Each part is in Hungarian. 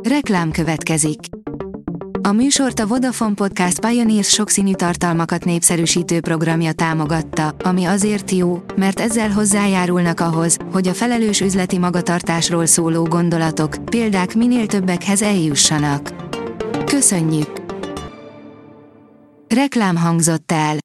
Reklám következik. A műsort a Vodafone Podcast Pioneers sokszínű tartalmakat népszerűsítő programja támogatta, ami azért jó, mert ezzel hozzájárulnak ahhoz, hogy a felelős üzleti magatartásról szóló gondolatok, példák minél többekhez eljussanak. Köszönjük! Reklám hangzott el.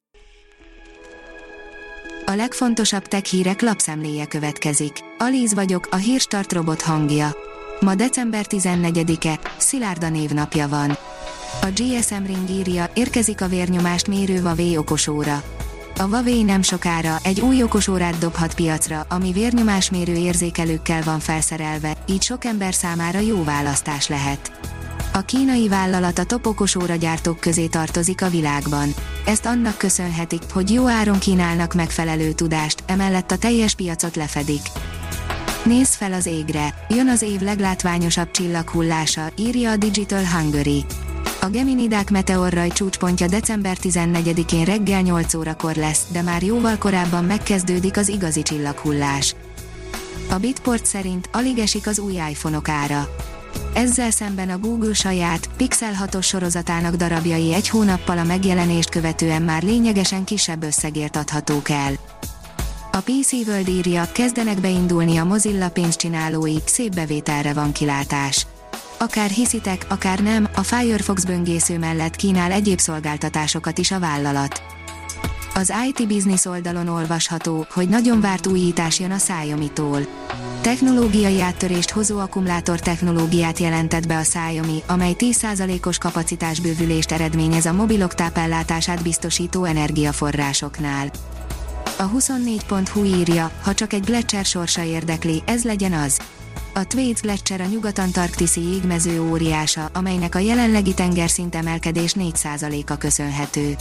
A legfontosabb tech hírek lapszemléje következik. Alíz vagyok, a Hírstart robot hangja. Ma december 14-e, Szilárda névnapja van. A GSM Ring írja, érkezik a vérnyomást mérő Huawei okosóra. A Huawei nem sokára egy új okosórát dobhat piacra, ami vérnyomásmérő érzékelőkkel van felszerelve, így sok ember számára jó választás lehet. A kínai vállalat a top okosóra gyártók közé tartozik a világban. Ezt annak köszönhetik, hogy jó áron kínálnak megfelelő tudást, emellett a teljes piacot lefedik. Nézz fel az égre, jön az év leglátványosabb csillaghullása, írja a Digital Hungary. A Geminidák meteorraj csúcspontja december 14-én reggel 8 órakor lesz, de már jóval korábban megkezdődik az igazi csillaghullás. A Bitport szerint alig esik az új iPhone-ok ára. Ezzel szemben a Google saját, Pixel 6-os sorozatának darabjai egy hónappal a megjelenést követően már lényegesen kisebb összegért adhatók el. A PC World írja, kezdenek beindulni a Mozilla pénzcsinálói, szép bevételre van kilátás. Akár hiszitek, akár nem, a Firefox böngésző mellett kínál egyéb szolgáltatásokat is a vállalat. Az IT Business oldalon olvasható, hogy nagyon várt újítás jön a Xiaomi-tól. Technológiai áttörést hozó akkumulátor technológiát jelentett be a Xiaomi, amely 10%-os kapacitásbővülést eredményez a mobilok tápellátását biztosító energiaforrásoknál. A 24.hu írja, ha csak egy Gletscher sorsa érdekli, ez legyen az. A Thwaites Gletscher a nyugat-antarktiszi jégmező óriása, amelynek a jelenlegi tengerszint emelkedés 4%-a köszönhető.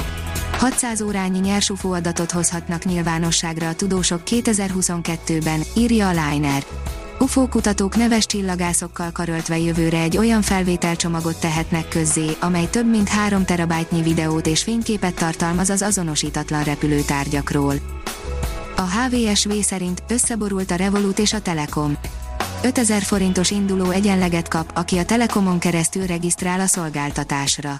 600 órányi nyers UFO adatot hozhatnak nyilvánosságra a tudósok 2022-ben, írja a Liner. UFO kutatók neves csillagászokkal karöltve jövőre egy olyan felvételcsomagot tehetnek közzé, amely több mint 3 terabájtnyi videót és fényképet tartalmaz az azonosítatlan repülőtárgyakról. A HVSV szerint összeborult a Revolut és a Telekom. 5000 forintos induló egyenleget kap, aki a Telekomon keresztül regisztrál a szolgáltatásra.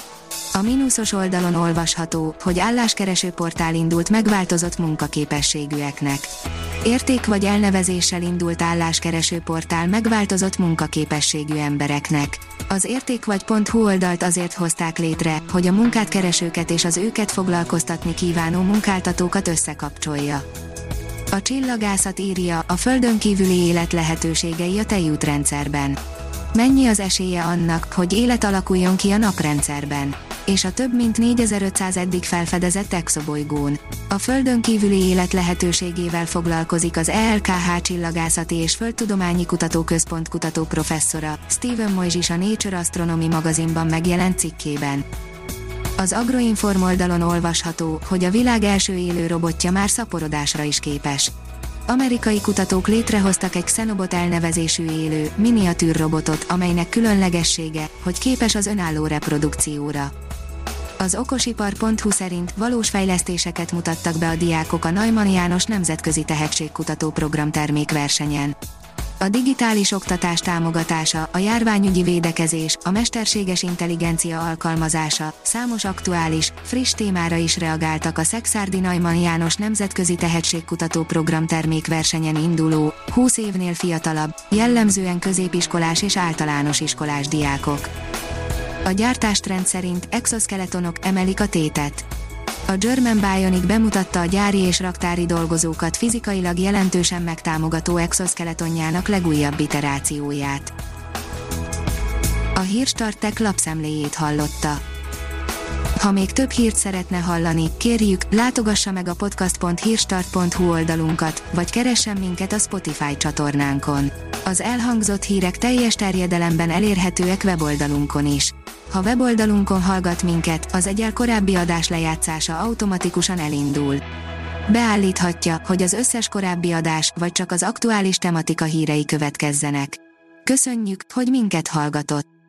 A mínuszos oldalon olvasható, hogy álláskereső portál indult megváltozott munkaképességűeknek. Érték vagy elnevezéssel indult álláskereső portál megváltozott munkaképességű embereknek. Az értékvagy.hu oldalt azért hozták létre, hogy a munkát keresőket és az őket foglalkoztatni kívánó munkáltatókat összekapcsolja. A csillagászat írja, a földön kívüli élet lehetőségei a tejútrendszerben. Mennyi az esélye annak, hogy élet alakuljon ki a naprendszerben? És a több mint 4500 eddig felfedezett exobolygón. A földön kívüli élet lehetőségével foglalkozik az ELKH Csillagászati és Földtudományi Kutatóközpont kutatóprofesszora, Steven Moises a Nature Astronomy magazinban megjelent cikkében. Az Agroinform oldalon olvasható, hogy a világ első élő robotja már szaporodásra is képes. Amerikai kutatók létrehoztak egy Xenobot elnevezésű élő, miniatűr robotot, amelynek különlegessége, hogy képes az önálló reprodukcióra. Az okosipar.hu szerint valós fejlesztéseket mutattak be a diákok a Neumann János Nemzetközi Tehetségkutató Program termékversenyen. A digitális oktatás támogatása, a járványügyi védekezés, a mesterséges intelligencia alkalmazása, számos aktuális, friss témára is reagáltak a Szekszárdi Neumann János Nemzetközi Tehetségkutató Program termékversenyen induló, 20 évnél fiatalabb, jellemzően középiskolás és általános iskolás diákok. A gyártástrend szerint exoszkeletonok emelik a tétet. A German Bionic bemutatta a gyári és raktári dolgozókat fizikailag jelentősen megtámogató exoszkeletonjának legújabb iterációját. A Hírstart Tech lapszemléjét hallotta. Ha még több hírt szeretne hallani, kérjük, látogassa meg a podcast.hírstart.hu oldalunkat, vagy keressen minket a Spotify csatornánkon. Az elhangzott hírek teljes terjedelemben elérhetőek weboldalunkon is. Ha weboldalunkon hallgat minket, az egyel korábbi adás lejátszása automatikusan elindul. Beállíthatja, hogy az összes korábbi adás, vagy csak az aktuális tematika hírei következzenek. Köszönjük, hogy minket hallgatott!